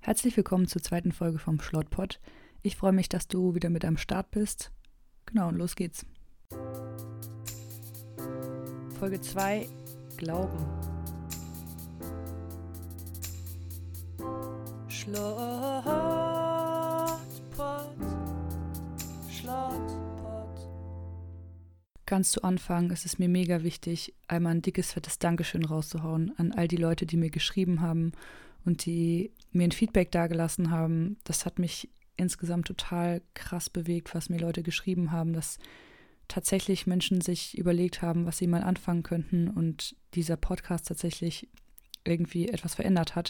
Herzlich willkommen zur zweiten Folge vom Schlottpot. Ich freue mich, dass du wieder mit am Start bist. Genau, und los geht's. Folge 2: Glauben. Schlottpot, Schlottpot. Ganz zu Anfang ist es mir mega wichtig, einmal ein dickes, fettes Dankeschön rauszuhauen an all die Leute, die mir geschrieben haben und die mir ein Feedback dagelassen haben. Das hat mich insgesamt total krass bewegt, was mir Leute geschrieben haben, dass tatsächlich Menschen sich überlegt haben, was sie mal anfangen könnten und dieser Podcast tatsächlich irgendwie etwas verändert hat.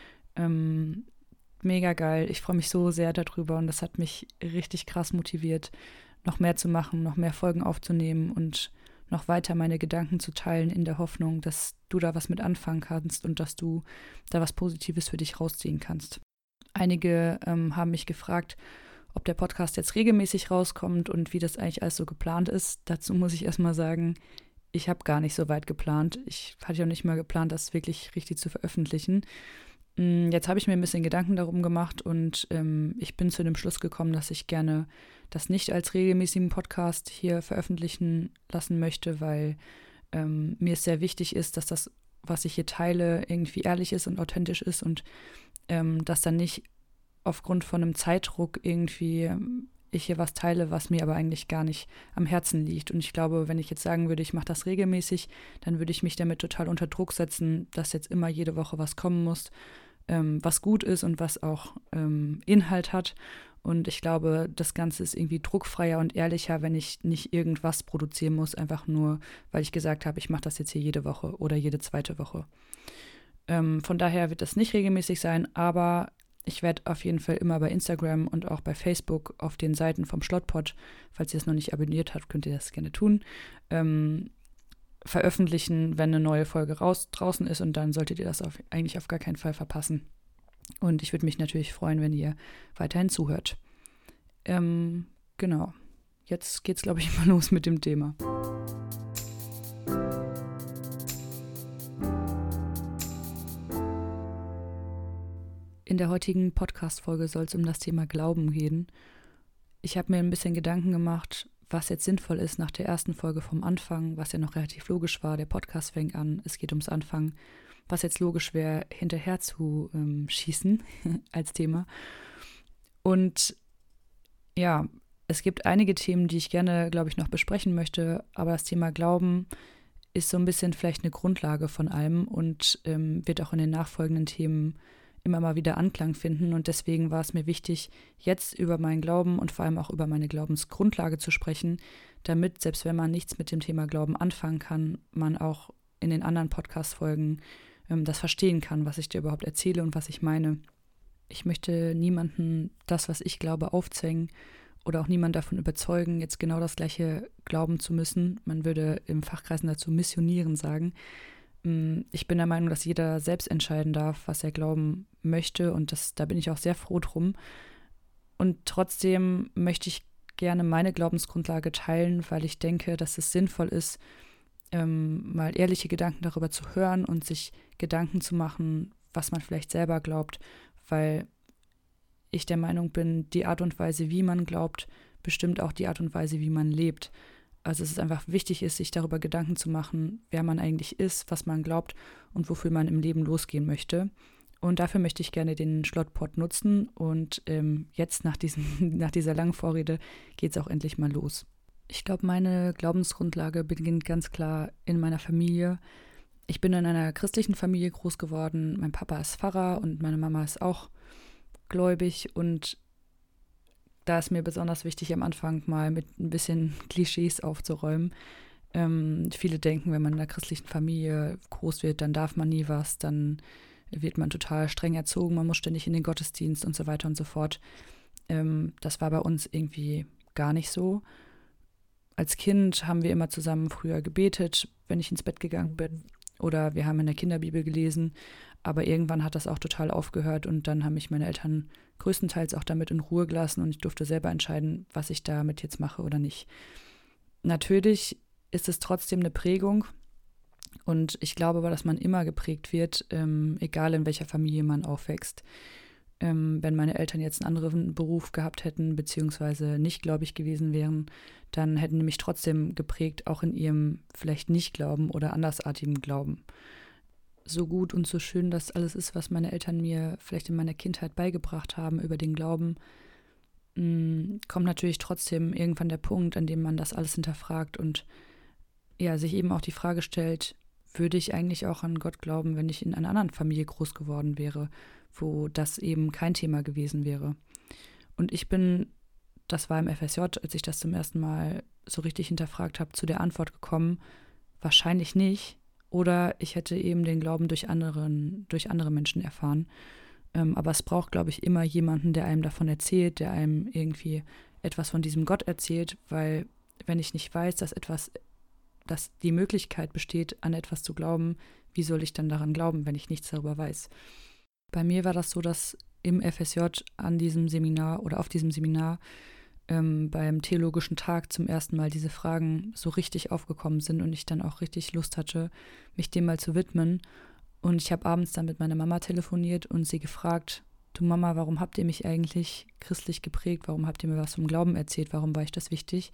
Mega geil. Ich freue mich so sehr darüber und das hat mich richtig krass motiviert, noch mehr zu machen, noch mehr Folgen aufzunehmen und noch weiter meine Gedanken zu teilen in der Hoffnung, dass du da was mit anfangen kannst und dass du da was Positives für dich rausziehen kannst. Einige haben mich gefragt, ob der Podcast jetzt regelmäßig rauskommt und wie das eigentlich alles so geplant ist. Dazu muss ich erstmal sagen, ich habe gar nicht so weit geplant. Ich hatte ja nicht mal geplant, das wirklich richtig zu veröffentlichen. Jetzt habe ich mir ein bisschen Gedanken darum gemacht und ich bin zu dem Schluss gekommen, dass ich gerne das nicht als regelmäßigen Podcast hier veröffentlichen lassen möchte, weil mir es sehr wichtig ist, dass das, was ich hier teile, irgendwie ehrlich ist und authentisch ist und dass dann nicht aufgrund von einem Zeitdruck irgendwie ich hier was teile, was mir aber eigentlich gar nicht am Herzen liegt. Und ich glaube, wenn ich jetzt sagen würde, ich mache das regelmäßig, dann würde ich mich damit total unter Druck setzen, dass jetzt immer jede Woche was kommen muss, was gut ist und was auch Inhalt hat. Und ich glaube, das Ganze ist irgendwie druckfreier und ehrlicher, wenn ich nicht irgendwas produzieren muss, einfach nur, weil ich gesagt habe, ich mache das jetzt hier jede Woche oder jede zweite Woche. Von daher wird das nicht regelmäßig sein, aber ich werde auf jeden Fall immer bei Instagram und auch bei Facebook auf den Seiten vom Schlottpot, falls ihr es noch nicht abonniert habt, könnt ihr das gerne tun, veröffentlichen, wenn eine neue Folge draußen ist, und dann solltet ihr das eigentlich auf gar keinen Fall verpassen. Und ich würde mich natürlich freuen, wenn ihr weiterhin zuhört. Genau. Jetzt geht's, glaube ich, mal los mit dem Thema. In der heutigen Podcast-Folge soll es um das Thema Glauben gehen. Ich habe mir ein bisschen Gedanken gemacht, was jetzt sinnvoll ist nach der ersten Folge vom Anfang, was ja noch relativ logisch war. Der Podcast fängt an, es geht ums Anfang. Was jetzt logisch wäre, hinterher zu schießen als Thema. Und ja, es gibt einige Themen, die ich gerne, glaube ich, noch besprechen möchte, aber das Thema Glauben ist so ein bisschen vielleicht eine Grundlage von allem und wird auch in den nachfolgenden Themen immer mal wieder Anklang finden. Und deswegen war es mir wichtig, jetzt über meinen Glauben und vor allem auch über meine Glaubensgrundlage zu sprechen, damit, selbst wenn man nichts mit dem Thema Glauben anfangen kann, man auch in den anderen Podcast-Folgen das verstehen kann, was ich dir überhaupt erzähle und was ich meine. Ich möchte niemanden das, was ich glaube, aufzwängen oder auch niemanden davon überzeugen, jetzt genau das Gleiche glauben zu müssen. Man würde im Fachkreisen dazu missionieren sagen. Ich bin der Meinung, dass jeder selbst entscheiden darf, was er glauben möchte, und da bin ich auch sehr froh drum. Und trotzdem möchte ich gerne meine Glaubensgrundlage teilen, weil ich denke, dass es sinnvoll ist, mal ehrliche Gedanken darüber zu hören und sich Gedanken zu machen, was man vielleicht selber glaubt, weil ich der Meinung bin, die Art und Weise, wie man glaubt, bestimmt auch die Art und Weise, wie man lebt. Also es ist einfach wichtig, sich darüber Gedanken zu machen, wer man eigentlich ist, was man glaubt und wofür man im Leben losgehen möchte. Und dafür möchte ich gerne den Schlottpot nutzen. Und jetzt nach dieser langen Vorrede geht es auch endlich mal los. Ich glaube, meine Glaubensgrundlage beginnt ganz klar in meiner Familie. Ich bin in einer christlichen Familie groß geworden. Mein Papa ist Pfarrer und meine Mama ist auch gläubig. Und da ist mir besonders wichtig, am Anfang mal mit ein bisschen Klischees aufzuräumen. Viele denken, wenn man in einer christlichen Familie groß wird, dann darf man nie was, dann wird man total streng erzogen, man muss ständig in den Gottesdienst und so weiter und so fort. Das war bei uns irgendwie gar nicht so. Als Kind haben wir immer zusammen früher gebetet, wenn ich ins Bett gegangen bin. Oder wir haben in der Kinderbibel gelesen. Aber irgendwann hat das auch total aufgehört und dann haben mich meine Eltern größtenteils auch damit in Ruhe gelassen und ich durfte selber entscheiden, was ich damit jetzt mache oder nicht. Natürlich ist es trotzdem eine Prägung und ich glaube aber, dass man immer geprägt wird, egal in welcher Familie man aufwächst. Wenn meine Eltern jetzt einen anderen Beruf gehabt hätten, beziehungsweise nicht gläubig gewesen wären, dann hätten die mich trotzdem geprägt, auch in ihrem vielleicht Nicht-Glauben oder andersartigen Glauben. So gut und so schön das alles ist, was meine Eltern mir vielleicht in meiner Kindheit beigebracht haben über den Glauben, kommt natürlich trotzdem irgendwann der Punkt, an dem man das alles hinterfragt und ja, sich eben auch die Frage stellt, würde ich eigentlich auch an Gott glauben, wenn ich in einer anderen Familie groß geworden wäre, wo das eben kein Thema gewesen wäre. Und das war im FSJ, als ich das zum ersten Mal so richtig hinterfragt habe, zu der Antwort gekommen, wahrscheinlich nicht. Oder ich hätte eben den Glauben durch andere Menschen erfahren. Aber es braucht, glaube ich, immer jemanden, der einem davon erzählt, der einem irgendwie etwas von diesem Gott erzählt, weil wenn ich nicht weiß, dass die Möglichkeit besteht, an etwas zu glauben, wie soll ich dann daran glauben, wenn ich nichts darüber weiß? Bei mir war das so, dass im FSJ an diesem Seminar oder auf diesem Seminar beim theologischen Tag zum ersten Mal diese Fragen so richtig aufgekommen sind und ich dann auch richtig Lust hatte, mich dem mal zu widmen. Und ich habe abends dann mit meiner Mama telefoniert und sie gefragt, du Mama, warum habt ihr mich eigentlich christlich geprägt? Warum habt ihr mir was vom Glauben erzählt? Warum war ich das wichtig?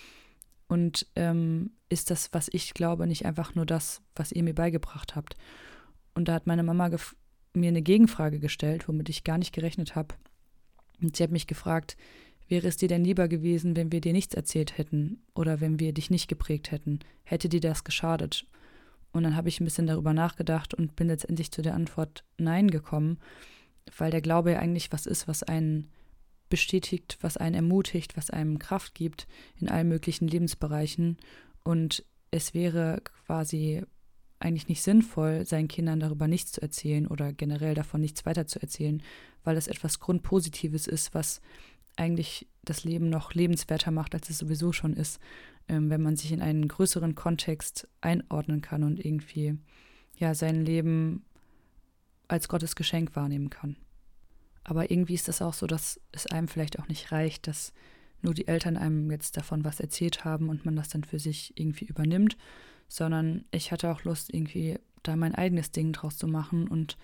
Und ist das, was ich glaube, nicht einfach nur das, was ihr mir beigebracht habt? Und da hat meine Mama mir eine Gegenfrage gestellt, womit ich gar nicht gerechnet habe. Und sie hat mich gefragt, wäre es dir denn lieber gewesen, wenn wir dir nichts erzählt hätten oder wenn wir dich nicht geprägt hätten? Hätte dir das geschadet? Und dann habe ich ein bisschen darüber nachgedacht und bin letztendlich zu der Antwort Nein gekommen, weil der Glaube ja eigentlich was ist, was einen bestätigt, was einen ermutigt, was einem Kraft gibt in allen möglichen Lebensbereichen. Und es wäre quasi eigentlich nicht sinnvoll, seinen Kindern darüber nichts zu erzählen oder generell davon nichts weiter zu erzählen, weil es etwas Grundpositives ist, was eigentlich das Leben noch lebenswerter macht, als es sowieso schon ist, wenn man sich in einen größeren Kontext einordnen kann und irgendwie ja sein Leben als Gottes Geschenk wahrnehmen kann. Aber irgendwie ist das auch so, dass es einem vielleicht auch nicht reicht, dass nur die Eltern einem jetzt davon was erzählt haben und man das dann für sich irgendwie übernimmt, sondern ich hatte auch Lust, irgendwie da mein eigenes Ding draus zu machen und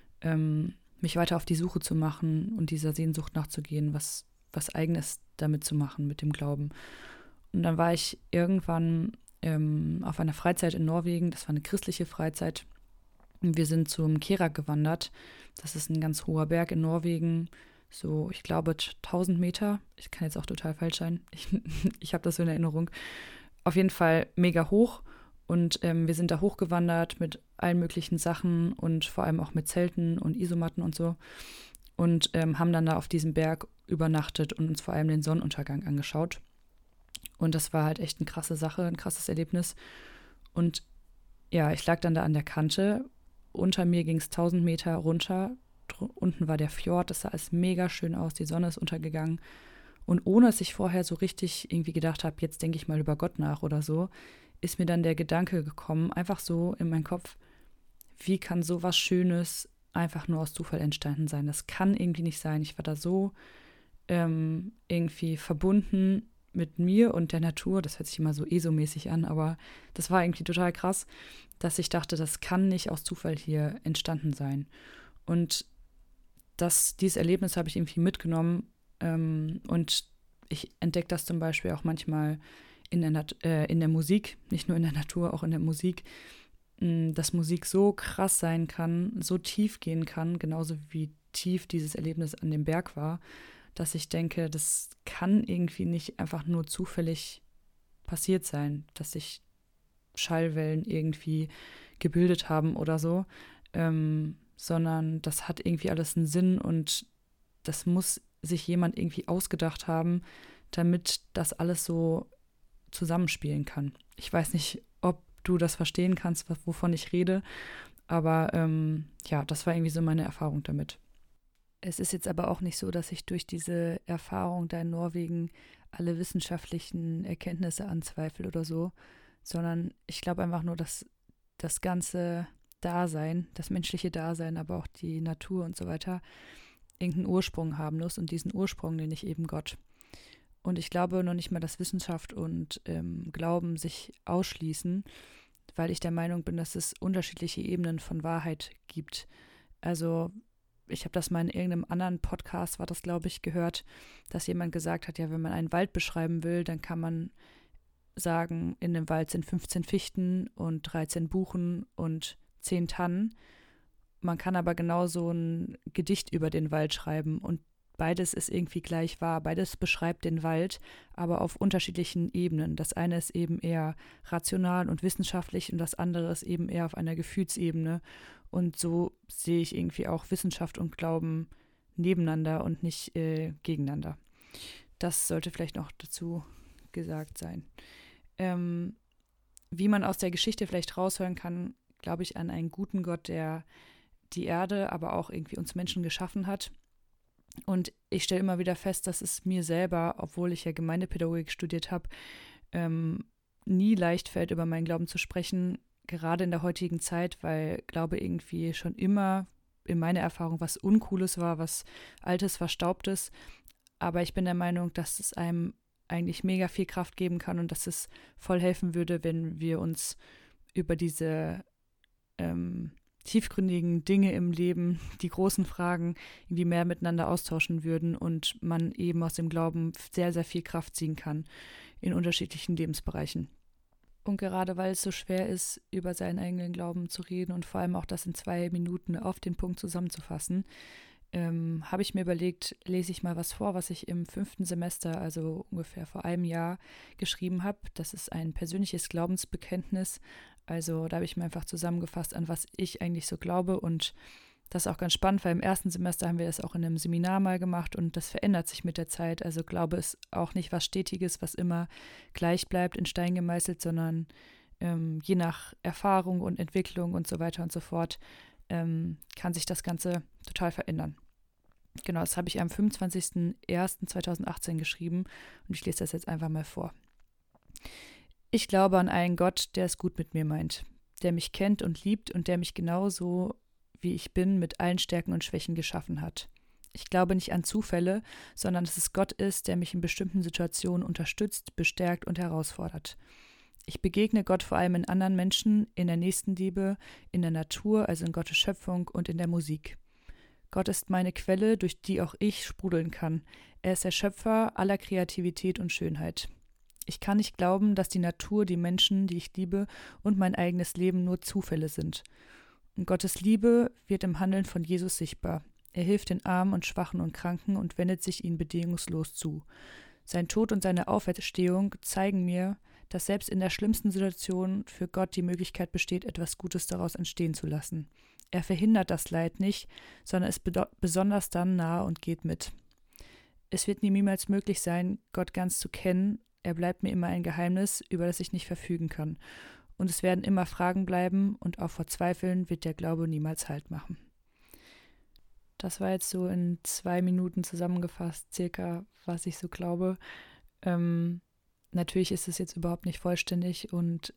mich weiter auf die Suche zu machen und dieser Sehnsucht nachzugehen, was Eigenes damit zu machen mit dem Glauben. Und dann war ich irgendwann auf einer Freizeit in Norwegen, das war eine christliche Freizeit. Und wir sind zum Kerak gewandert. Das ist ein ganz hoher Berg in Norwegen, so, ich glaube, 1000 Meter. Ich kann jetzt auch total falsch sein. Ich habe das so in Erinnerung. Auf jeden Fall mega hoch. Und wir sind da hochgewandert mit allen möglichen Sachen und vor allem auch mit Zelten und Isomatten und so. Und haben dann da auf diesem Berg übernachtet und uns vor allem den Sonnenuntergang angeschaut. Und das war halt echt eine krasse Sache, ein krasses Erlebnis. Und ja, ich lag dann da an der Kante. Unter mir ging es 1000 Meter runter. Unten war der Fjord, das sah alles mega schön aus. Die Sonne ist untergegangen. Und ohne dass ich vorher so richtig irgendwie gedacht habe, jetzt denke ich mal über Gott nach oder so, ist mir dann der Gedanke gekommen, einfach so in meinen Kopf, wie kann sowas Schönes einfach nur aus Zufall entstanden sein? Das kann irgendwie nicht sein. Ich war da so irgendwie verbunden mit mir und der Natur. Das hört sich immer so ESO-mäßig an, aber das war irgendwie total krass, dass ich dachte, das kann nicht aus Zufall hier entstanden sein. Und dieses Erlebnis habe ich irgendwie mitgenommen und ich entdecke das zum Beispiel auch manchmal in der Musik, nicht nur in der Natur, auch in der Musik, dass Musik so krass sein kann, so tief gehen kann, genauso wie tief dieses Erlebnis an dem Berg war, dass ich denke, das kann irgendwie nicht einfach nur zufällig passiert sein, dass sich Schallwellen irgendwie gebildet haben oder so, sondern das hat irgendwie alles einen Sinn und das muss sich jemand irgendwie ausgedacht haben, damit das alles so zusammenspielen kann. Ich weiß nicht, ob du das verstehen kannst, wovon ich rede, aber ja, das war irgendwie so meine Erfahrung damit. Es ist jetzt aber auch nicht so, dass ich durch diese Erfahrung da in Norwegen alle wissenschaftlichen Erkenntnisse anzweifle oder so, sondern ich glaube einfach nur, dass das ganze Dasein, das menschliche Dasein, aber auch die Natur und so weiter, irgendeinen Ursprung haben muss und diesen Ursprung nenne ich eben Gott. Und ich glaube noch nicht mal, dass Wissenschaft und Glauben sich ausschließen, weil ich der Meinung bin, dass es unterschiedliche Ebenen von Wahrheit gibt. Also ich habe das mal in irgendeinem anderen Podcast, war das, glaube ich, gehört, dass jemand gesagt hat, ja, wenn man einen Wald beschreiben will, dann kann man sagen, in dem Wald sind 15 Fichten und 13 Buchen und 10 Tannen. Man kann aber genauso ein Gedicht über den Wald schreiben und beides ist irgendwie gleich wahr. Beides beschreibt den Wald, aber auf unterschiedlichen Ebenen. Das eine ist eben eher rational und wissenschaftlich und das andere ist eben eher auf einer Gefühlsebene. Und so sehe ich irgendwie auch Wissenschaft und Glauben nebeneinander und nicht gegeneinander. Das sollte vielleicht noch dazu gesagt sein. Wie man aus der Geschichte vielleicht raushören kann, glaube ich an einen guten Gott, der die Erde, aber auch irgendwie uns Menschen geschaffen hat. Und ich stelle immer wieder fest, dass es mir selber, obwohl ich ja Gemeindepädagogik studiert habe, nie leicht fällt, über meinen Glauben zu sprechen, gerade in der heutigen Zeit, weil Glaube irgendwie schon immer in meiner Erfahrung was Uncooles war, was Altes, Verstaubtes. Aber ich bin der Meinung, dass es einem eigentlich mega viel Kraft geben kann und dass es voll helfen würde, wenn wir uns über diese tiefgründigen Dinge im Leben, die großen Fragen, irgendwie mehr miteinander austauschen würden und man eben aus dem Glauben sehr, sehr viel Kraft ziehen kann in unterschiedlichen Lebensbereichen. Und gerade weil es so schwer ist, über seinen eigenen Glauben zu reden und vor allem auch das in 2 Minuten auf den Punkt zusammenzufassen, habe ich mir überlegt, lese ich mal was vor, was ich im 5. Semester, also ungefähr vor einem Jahr, geschrieben habe. Das ist ein persönliches Glaubensbekenntnis. Also da habe ich mir einfach zusammengefasst, an was ich eigentlich so glaube. Und das ist auch ganz spannend, weil im 1. Semester haben wir das auch in einem Seminar mal gemacht und das verändert sich mit der Zeit. Also Glaube ist auch nicht was Stetiges, was immer gleich bleibt, in Stein gemeißelt, sondern je nach Erfahrung und Entwicklung und so weiter und so fort kann sich das Ganze total verändern. Genau, das habe ich am 25.01.2018 geschrieben und ich lese das jetzt einfach mal vor. Ich glaube an einen Gott, der es gut mit mir meint, der mich kennt und liebt und der mich genauso, wie ich bin, mit allen Stärken und Schwächen geschaffen hat. Ich glaube nicht an Zufälle, sondern dass es Gott ist, der mich in bestimmten Situationen unterstützt, bestärkt und herausfordert. Ich begegne Gott vor allem in anderen Menschen, in der Nächstenliebe, in der Natur, also in Gottes Schöpfung und in der Musik. Gott ist meine Quelle, durch die auch ich sprudeln kann. Er ist der Schöpfer aller Kreativität und Schönheit. Ich kann nicht glauben, dass die Natur, die Menschen, die ich liebe und mein eigenes Leben nur Zufälle sind. Und Gottes Liebe wird im Handeln von Jesus sichtbar. Er hilft den Armen und Schwachen und Kranken und wendet sich ihnen bedingungslos zu. Sein Tod und seine Auferstehung zeigen mir, dass selbst in der schlimmsten Situation für Gott die Möglichkeit besteht, etwas Gutes daraus entstehen zu lassen. Er verhindert das Leid nicht, sondern ist besonders dann nahe und geht mit. Es wird niemals möglich sein, Gott ganz zu kennen. Er bleibt mir immer ein Geheimnis, über das ich nicht verfügen kann. Und es werden immer Fragen bleiben und auch vor Zweifeln wird der Glaube niemals Halt machen. Das war jetzt so in 2 Minuten zusammengefasst, circa, was ich so glaube. Natürlich ist es jetzt überhaupt nicht vollständig und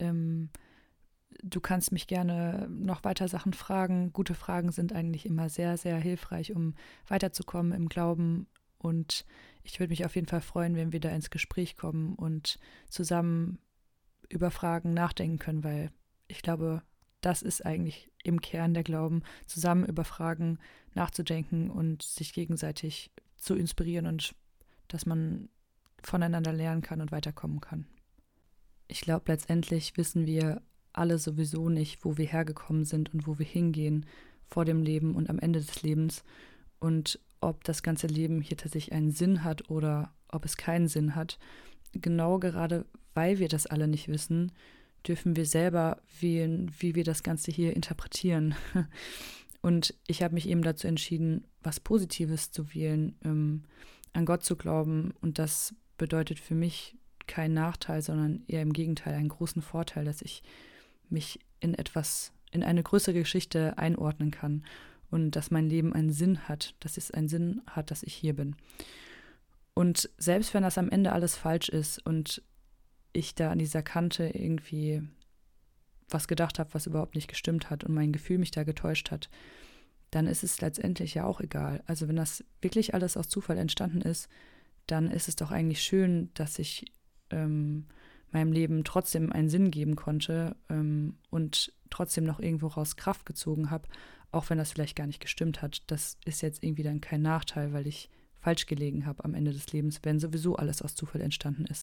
du kannst mich gerne noch weiter Sachen fragen. Gute Fragen sind eigentlich immer sehr, sehr hilfreich, um weiterzukommen im Glauben. Und ich würde mich auf jeden Fall freuen, wenn wir da ins Gespräch kommen und zusammen über Fragen nachdenken können, weil ich glaube, das ist eigentlich im Kern der Glauben, zusammen über Fragen nachzudenken und sich gegenseitig zu inspirieren und dass man voneinander lernen kann und weiterkommen kann. Ich glaube, letztendlich wissen wir alle sowieso nicht, wo wir hergekommen sind und wo wir hingehen vor dem Leben und am Ende des Lebens und ob das ganze Leben hier tatsächlich einen Sinn hat oder ob es keinen Sinn hat. Genau gerade, weil wir das alle nicht wissen, dürfen wir selber wählen, wie wir das Ganze hier interpretieren. Und ich habe mich eben dazu entschieden, was Positives zu wählen, an Gott zu glauben. Und das bedeutet für mich keinen Nachteil, sondern eher im Gegenteil einen großen Vorteil, dass ich mich in eine größere Geschichte einordnen kann und dass mein Leben einen Sinn hat, dass es einen Sinn hat, dass ich hier bin. Und selbst wenn das am Ende alles falsch ist und ich da an dieser Kante irgendwie was gedacht habe, was überhaupt nicht gestimmt hat und mein Gefühl mich da getäuscht hat, dann ist es letztendlich ja auch egal. Also wenn das wirklich alles aus Zufall entstanden ist, dann ist es doch eigentlich schön, dass ich meinem Leben trotzdem einen Sinn geben konnte und trotzdem noch irgendwo raus Kraft gezogen habe, auch wenn das vielleicht gar nicht gestimmt hat. Das ist jetzt irgendwie dann kein Nachteil, weil ich falsch gelegen habe am Ende des Lebens, wenn sowieso alles aus Zufall entstanden ist.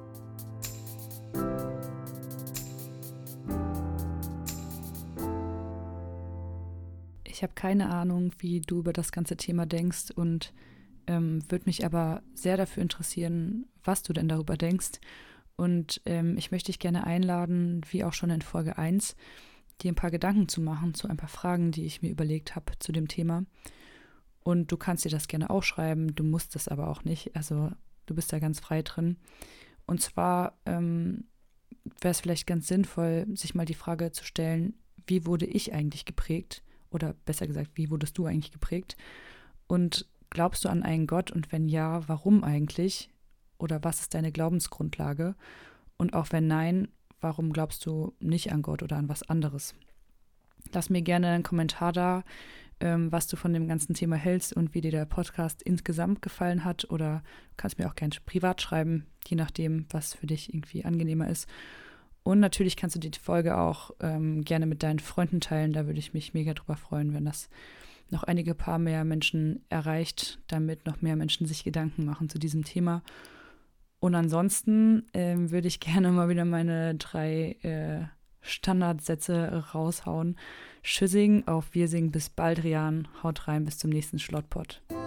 Ich habe keine Ahnung, wie du über das ganze Thema denkst und würde mich aber sehr dafür interessieren, was du denn darüber denkst. Und ich möchte dich gerne einladen, wie auch schon in Folge 1, dir ein paar Gedanken zu machen zu ein paar Fragen, die ich mir überlegt habe zu dem Thema. Und du kannst dir das gerne aufschreiben, du musst es aber auch nicht. Also du bist da ganz frei drin. Und zwar wäre es vielleicht ganz sinnvoll, sich mal die Frage zu stellen, wie wurde ich eigentlich geprägt? Oder besser gesagt, wie wurdest du eigentlich geprägt? Und glaubst du an einen Gott? Und wenn ja, warum eigentlich? Oder was ist deine Glaubensgrundlage? Und auch wenn nein, warum glaubst du nicht an Gott oder an was anderes? Lass mir gerne einen Kommentar da, was du von dem ganzen Thema hältst und wie dir der Podcast insgesamt gefallen hat. Oder du kannst mir auch gerne privat schreiben, je nachdem, was für dich irgendwie angenehmer ist. Und natürlich kannst du die Folge auch gerne mit deinen Freunden teilen. Da würde ich mich mega drüber freuen, wenn das noch einige paar mehr Menschen erreicht, damit noch mehr Menschen sich Gedanken machen zu diesem Thema. Und ansonsten würde ich gerne mal wieder meine 3 Standardsätze raushauen. Tschüssing, auf Wirsing, bis bald, Rian. Haut rein, bis zum nächsten Schlottpot.